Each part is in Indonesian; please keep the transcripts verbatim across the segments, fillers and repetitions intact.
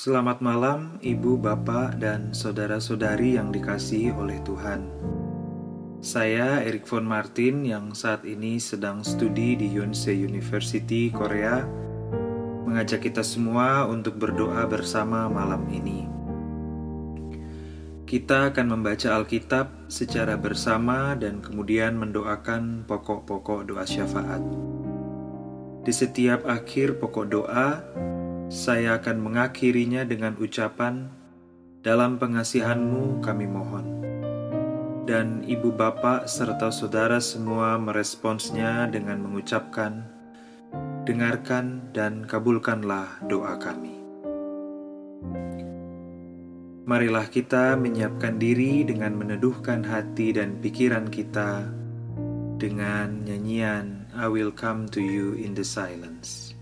Selamat malam, Ibu, Bapak, dan saudara-saudari yang dikasihi oleh Tuhan. Saya Erik von Martin yang saat ini sedang studi di Yonsei University, Korea, mengajak kita semua untuk berdoa bersama malam ini. Kita akan membaca Alkitab secara bersama dan kemudian mendoakan pokok-pokok doa syafaat. Di setiap akhir pokok doa, saya akan mengakhirinya dengan ucapan, "Dalam pengasihan-Mu kami mohon." Dan ibu bapak serta saudara semua meresponsnya dengan mengucapkan, "Dengarkan dan kabulkanlah doa kami." Marilah kita menyiapkan diri dengan meneduhkan hati dan pikiran kita dengan nyanyian "I Will Come to You in the Silence."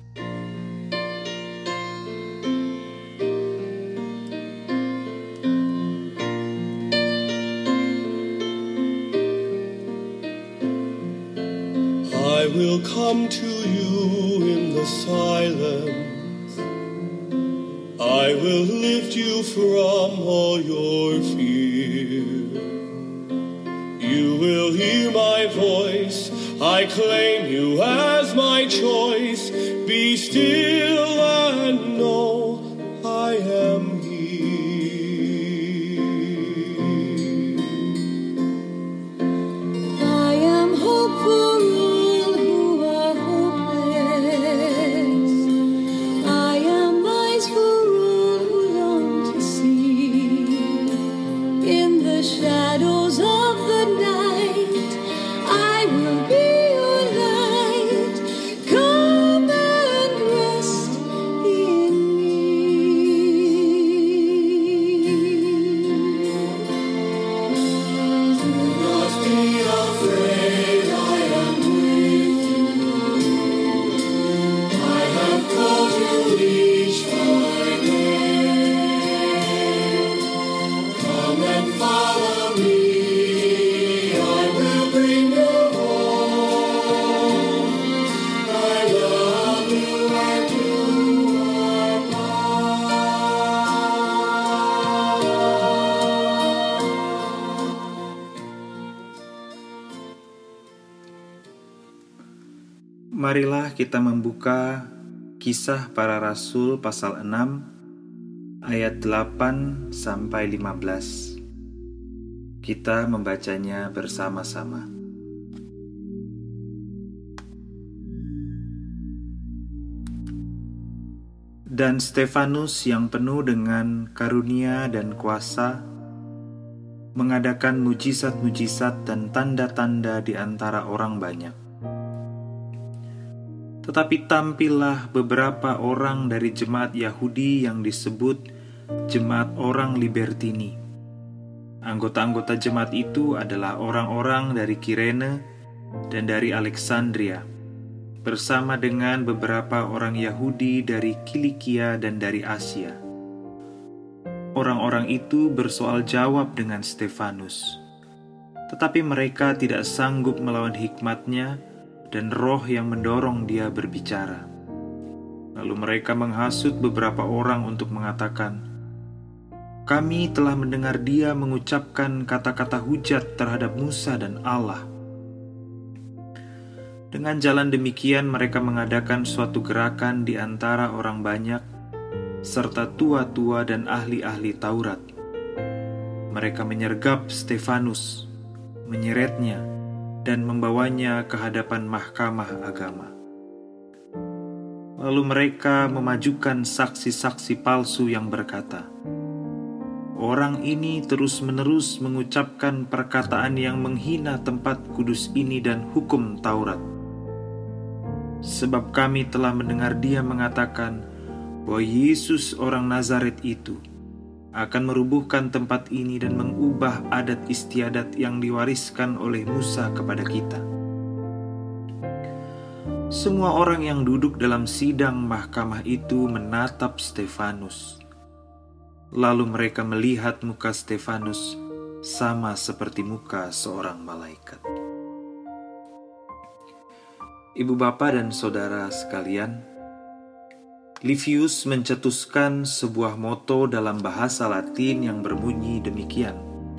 I will come to you in the silence. I will lift you from all your fear. You will hear my voice. I claim you as my choice. Be still and know I am here. I am hope for all who are hopeless. I am eyes for all who long to see. In the shadows of the night, I will be your light. Come and rest in me. Do not be afraid, I am with you. I have called you each by name. Come and follow me, I will bring you home. I love you and you are Marilah kita membuka Kisah Para Rasul pasal enam ayat delapan sampai lima belas. Kita membacanya bersama-sama. Dan Stefanus yang penuh dengan karunia dan kuasa mengadakan mujizat-mujizat dan tanda-tanda di antara orang banyak. Tetapi tampillah beberapa orang dari jemaat Yahudi yang disebut Jemaat Orang Libertini. Anggota-anggota jemaat itu adalah orang-orang dari Kirene dan dari Alexandria, bersama dengan beberapa orang Yahudi dari Kilikia dan dari Asia. Orang-orang itu bersoal jawab dengan Stefanus, tetapi mereka tidak sanggup melawan hikmatnya dan roh yang mendorong dia berbicara. Lalu mereka menghasut beberapa orang untuk mengatakan, "Kami telah mendengar dia mengucapkan kata-kata hujat terhadap Musa dan Allah." Dengan jalan demikian mereka mengadakan suatu gerakan di antara orang banyak, serta tua-tua dan ahli-ahli Taurat. Mereka menyergap Stefanus, menyeretnya, dan membawanya ke hadapan mahkamah agama. Lalu mereka memajukan saksi-saksi palsu yang berkata, "Orang ini terus-menerus mengucapkan perkataan yang menghina tempat kudus ini dan hukum Taurat. Sebab kami telah mendengar dia mengatakan bahwa Yesus orang Nazaret itu akan merubuhkan tempat ini dan mengubah adat istiadat yang diwariskan oleh Musa kepada kita." Semua orang yang duduk dalam sidang mahkamah itu menatap Stefanus. Lalu mereka melihat muka Stefanus sama seperti muka seorang malaikat. Ibu bapak dan saudara sekalian, Livius mencetuskan sebuah moto dalam bahasa Latin yang berbunyi demikian: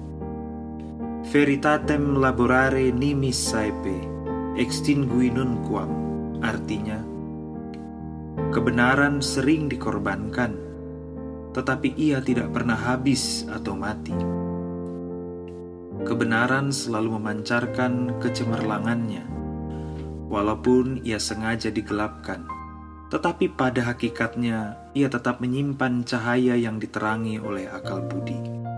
Veritatem laborare nimis saepe, extingui nunquam. Artinya, kebenaran sering dikorbankan, tetapi ia tidak pernah habis atau mati. Kebenaran selalu memancarkan kecemerlangannya, walaupun ia sengaja digelapkan, tetapi pada hakikatnya ia tetap menyimpan cahaya yang diterangi oleh akal budi.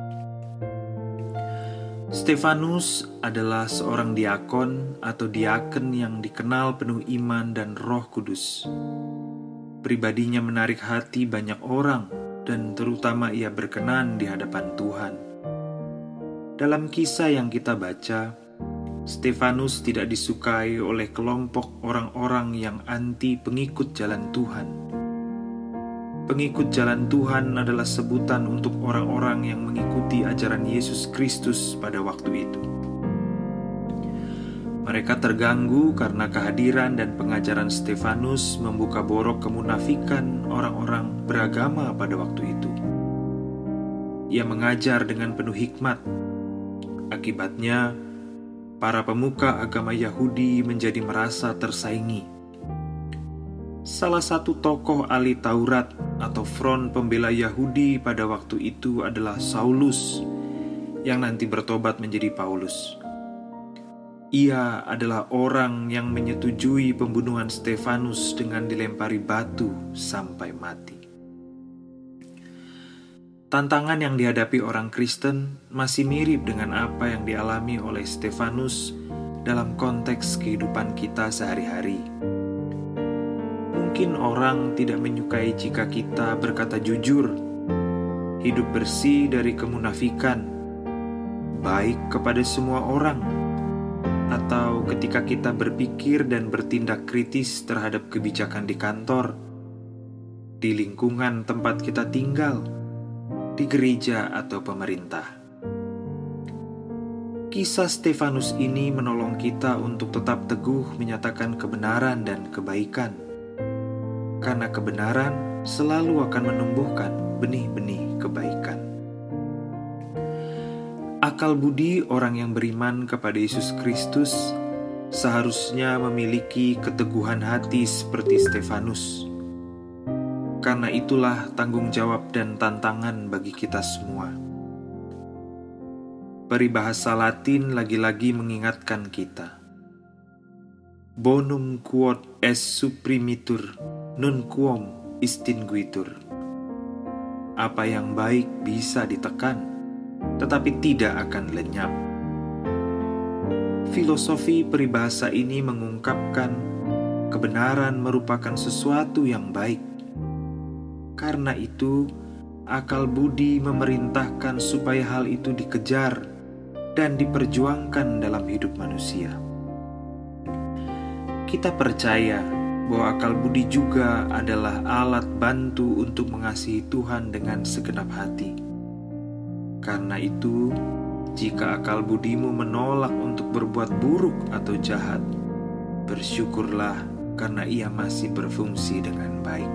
Stefanus adalah seorang diakon atau diaken yang dikenal penuh iman dan Roh Kudus. Pribadinya menarik hati banyak orang dan terutama ia berkenan di hadapan Tuhan. Dalam kisah yang kita baca, Stefanus tidak disukai oleh kelompok orang-orang yang anti pengikut jalan Tuhan. Pengikut jalan Tuhan adalah sebutan untuk orang-orang yang mengikuti ajaran Yesus Kristus pada waktu itu. Mereka terganggu karena kehadiran dan pengajaran Stefanus membuka borok kemunafikan orang-orang beragama pada waktu itu. Ia mengajar dengan penuh hikmat. Akibatnya, para pemuka agama Yahudi menjadi merasa tersaingi. Salah satu tokoh ahli Taurat atau front pembela Yahudi pada waktu itu adalah Saulus, yang nanti bertobat menjadi Paulus. Ia adalah orang yang menyetujui pembunuhan Stefanus dengan dilempari batu sampai mati. Tantangan yang dihadapi orang Kristen masih mirip dengan apa yang dialami oleh Stefanus dalam konteks kehidupan kita sehari-hari. Mungkin orang tidak menyukai jika kita berkata jujur, hidup bersih dari kemunafikan, baik kepada semua orang, atau ketika kita berpikir dan bertindak kritis terhadap kebijakan di kantor, di lingkungan tempat kita tinggal, di gereja atau pemerintah. Kisah Stefanus ini menolong kita untuk tetap teguh menyatakan kebenaran dan kebaikan, karena kebenaran selalu akan menumbuhkan benih-benih kebaikan. Akal budi orang yang beriman kepada Yesus Kristus seharusnya memiliki keteguhan hati seperti Stefanus. Karena itulah tanggung jawab dan tantangan bagi kita semua. Peribahasa Latin lagi-lagi mengingatkan kita. Bonum quod est supprimitur, non quum extinguitur. Apa yang baik bisa ditekan, tetapi tidak akan lenyap. Filosofi peribahasa ini mengungkapkan kebenaran merupakan sesuatu yang baik. Karena itu, akal budi memerintahkan supaya hal itu dikejar dan diperjuangkan dalam hidup manusia. Kita percaya bahwa akal budi juga adalah alat bantu untuk mengasihi Tuhan dengan segenap hati. Karena itu, jika akal budimu menolak untuk berbuat buruk atau jahat, bersyukurlah karena ia masih berfungsi dengan baik.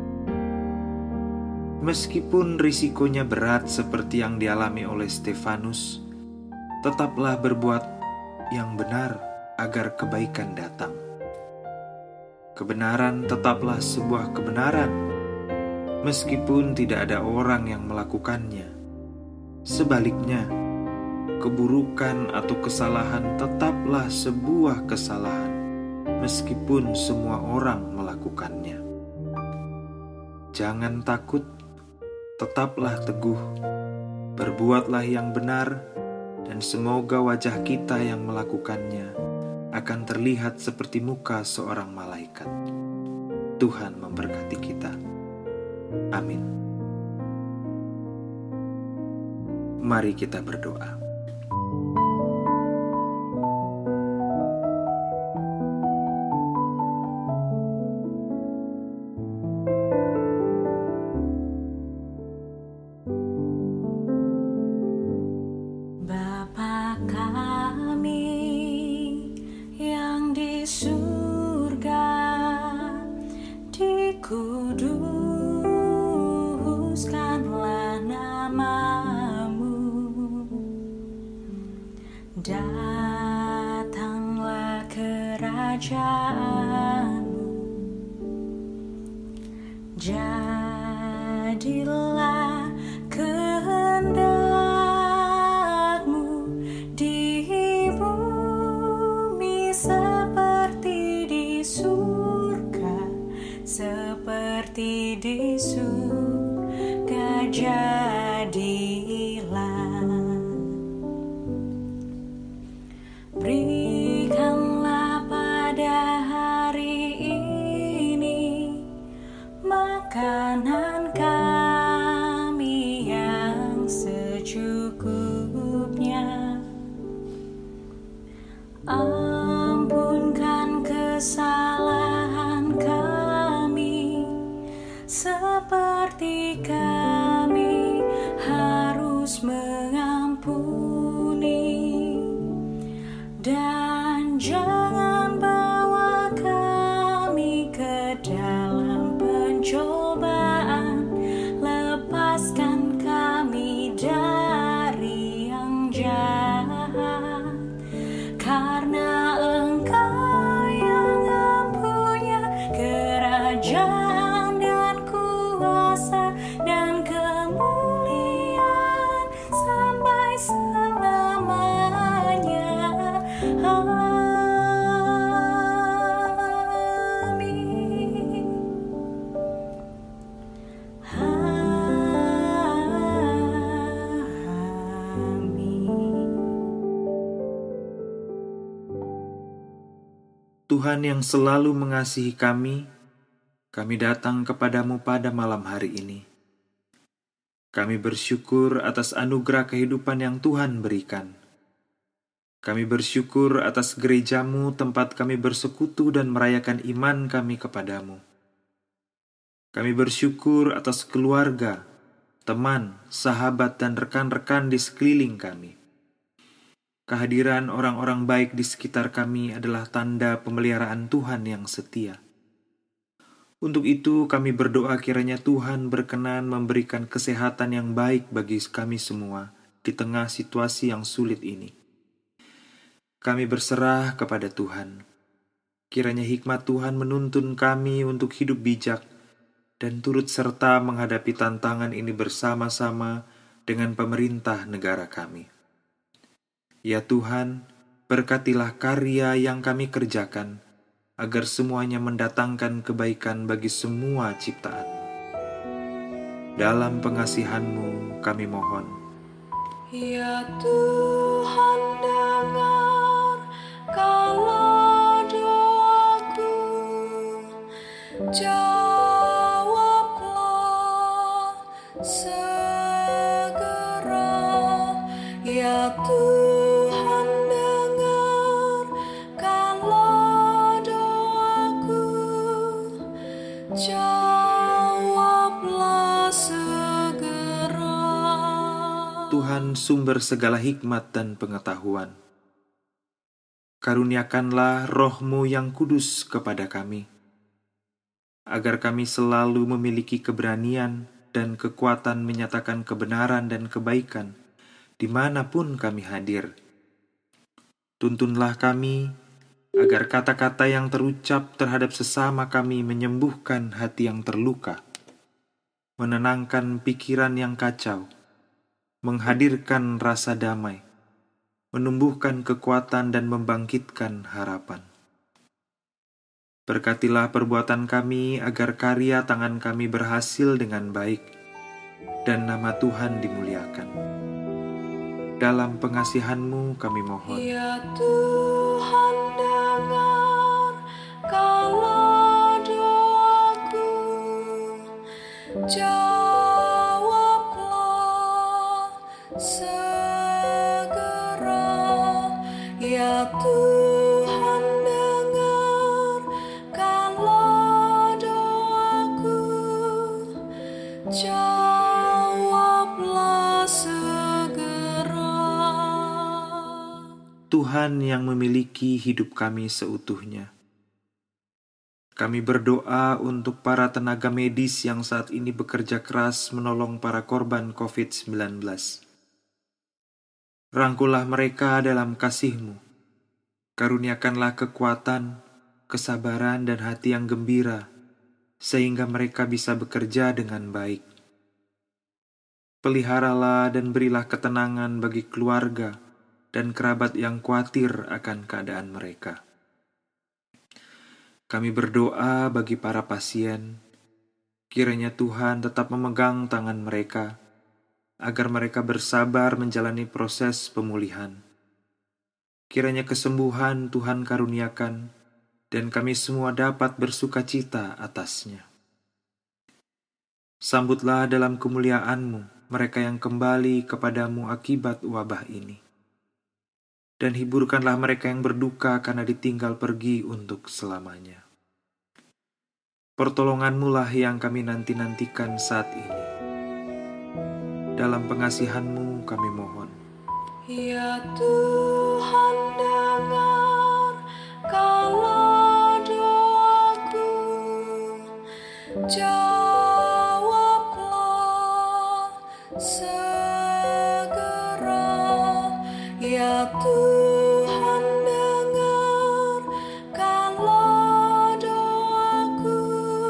Meskipun risikonya berat seperti yang dialami oleh Stefanus, tetaplah berbuat yang benar agar kebaikan datang. Kebenaran tetaplah sebuah kebenaran, meskipun tidak ada orang yang melakukannya. Sebaliknya, keburukan atau kesalahan tetaplah sebuah kesalahan, meskipun semua orang melakukannya. Jangan takut, tetaplah teguh, berbuatlah yang benar, dan semoga wajah kita yang melakukannya akan terlihat seperti muka seorang malaikat. Tuhan memberkati kita. Amin. Mari kita berdoa. Bapa kami yang di surga, dikudus dikuduskanlah namamu. Datanglah kerajaanmu, jadilah kehendakmu di bumi seperti di surga, seperti di surga jadilah. Berikanlah pada hari ini makanan kami yang secukupnya. Ampunkan kesalahan kami seperti kami harus mengampuni. Dan jangan bawa kami ke dalam pencobaan, lepaskan kami dari yang jahat, karena Engkau yang mempunyai kerajaan dan kuasa dan kemuliaan sampai selamanya. Amin. Tuhan yang selalu mengasihi kami, kami datang kepadamu pada malam hari ini. Kami bersyukur atas anugerah kehidupan yang Tuhan berikan. Kami bersyukur atas gerejamu, tempat kami bersekutu dan merayakan iman kami kepadamu. Kami bersyukur atas keluarga, teman, sahabat, dan rekan-rekan di sekeliling kami. Kehadiran orang-orang baik di sekitar kami adalah tanda pemeliharaan Tuhan yang setia. Untuk itu kami berdoa kiranya Tuhan berkenan memberikan kesehatan yang baik bagi kami semua di tengah situasi yang sulit ini. Kami berserah kepada Tuhan. Kiranya hikmat Tuhan menuntun kami untuk hidup bijak dan turut serta menghadapi tantangan ini bersama-sama dengan pemerintah negara kami. Ya Tuhan, berkatilah karya yang kami kerjakan, agar semuanya mendatangkan kebaikan bagi semua ciptaan. Dalam pengasihan-Mu kami mohon. Ya Tuhan, dengar kalau doaku, jawablah segera. Ya Tuhan, dengar kalau doaku, jawablah segera. Tuhan sumber segala hikmat dan pengetahuan, karuniakanlah roh-Mu yang kudus kepada kami, agar kami selalu memiliki keberanian dan kekuatan menyatakan kebenaran dan kebaikan dimanapun kami hadir. Tuntunlah kami, agar kata-kata yang terucap terhadap sesama kami menyembuhkan hati yang terluka, menenangkan pikiran yang kacau, menghadirkan rasa damai, menumbuhkan kekuatan dan membangkitkan harapan. Berkatilah perbuatan kami agar karya tangan kami berhasil dengan baik dan nama Tuhan dimuliakan. Dalam pengasihan-Mu kami mohon. Ya Tuhan, dengar kalau doaku, jawablah segera. Ya Tuhan, dengar kalau doaku, jawablah segera. Tuhan yang memiliki hidup kami seutuhnya, Kami berdoa untuk para tenaga medis yang saat ini bekerja keras menolong para korban covid sembilan belas. Rangkullah mereka dalam kasih-Mu. Karuniakanlah kekuatan, kesabaran, dan hati yang gembira, sehingga mereka bisa bekerja dengan baik. Peliharalah dan berilah ketenangan bagi keluarga dan kerabat yang khawatir akan keadaan mereka. Kami berdoa bagi para pasien, kiranya Tuhan tetap memegang tangan mereka, agar mereka bersabar menjalani proses pemulihan. Kiranya kesembuhan Tuhan karuniakan, dan kami semua dapat bersuka cita atasnya. Sambutlah dalam kemuliaan-Mu mereka yang kembali kepadamu akibat wabah ini. Dan hiburkanlah mereka yang berduka karena ditinggal pergi untuk selamanya. Pertolongan-Mu lah yang kami nanti-nantikan saat ini. Dalam pengasihan-Mu kami mohon. Ya Tuhan, dengarkanlah doaku, jawablah segera. Ya Tuhan, dengarkanlah doaku,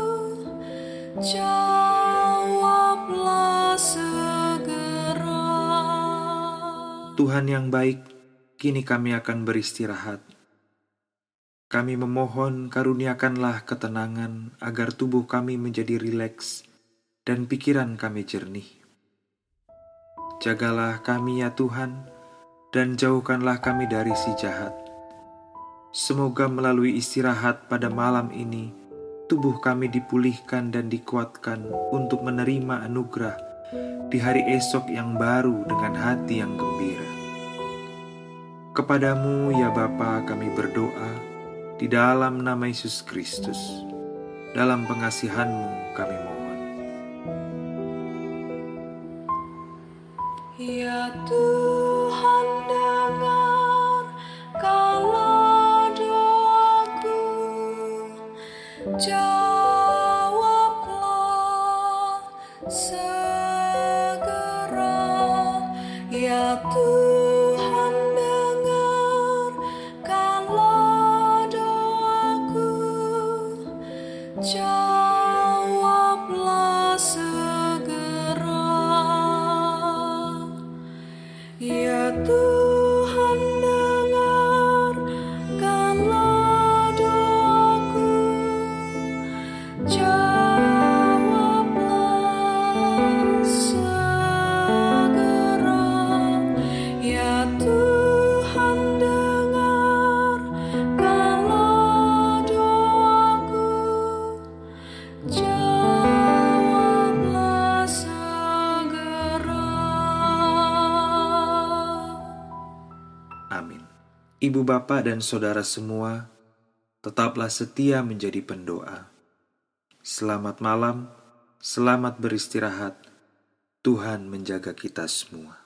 jawablah segera. Tuhan yang baik, kini kami akan beristirahat. Kami memohon karuniakanlah ketenangan agar tubuh kami menjadi rileks dan pikiran kami jernih. Jagalah kami ya Tuhan, dan jauhkanlah kami dari si jahat. Semoga melalui istirahat pada malam ini, tubuh kami dipulihkan dan dikuatkan untuk menerima anugerah di hari esok yang baru dengan hati yang gembira. Kepadamu ya Bapa kami berdoa, di dalam nama Yesus Kristus, dalam pengasihan-Mu kami mohon. Ya Tuhan, dengarkanlah doaku, jawablah segera. Ya Tuhan, dengarkanlah doaku, jawablah segera. Ya Tuhan, dengarkanlah doaku, jawablah segera. Ya Tuhan, dengarkanlah doaku, jawablah segera. Amin. Ibu bapa dan saudara semua, tetaplah setia menjadi pendoa. Selamat malam, selamat beristirahat. Tuhan menjaga kita semua.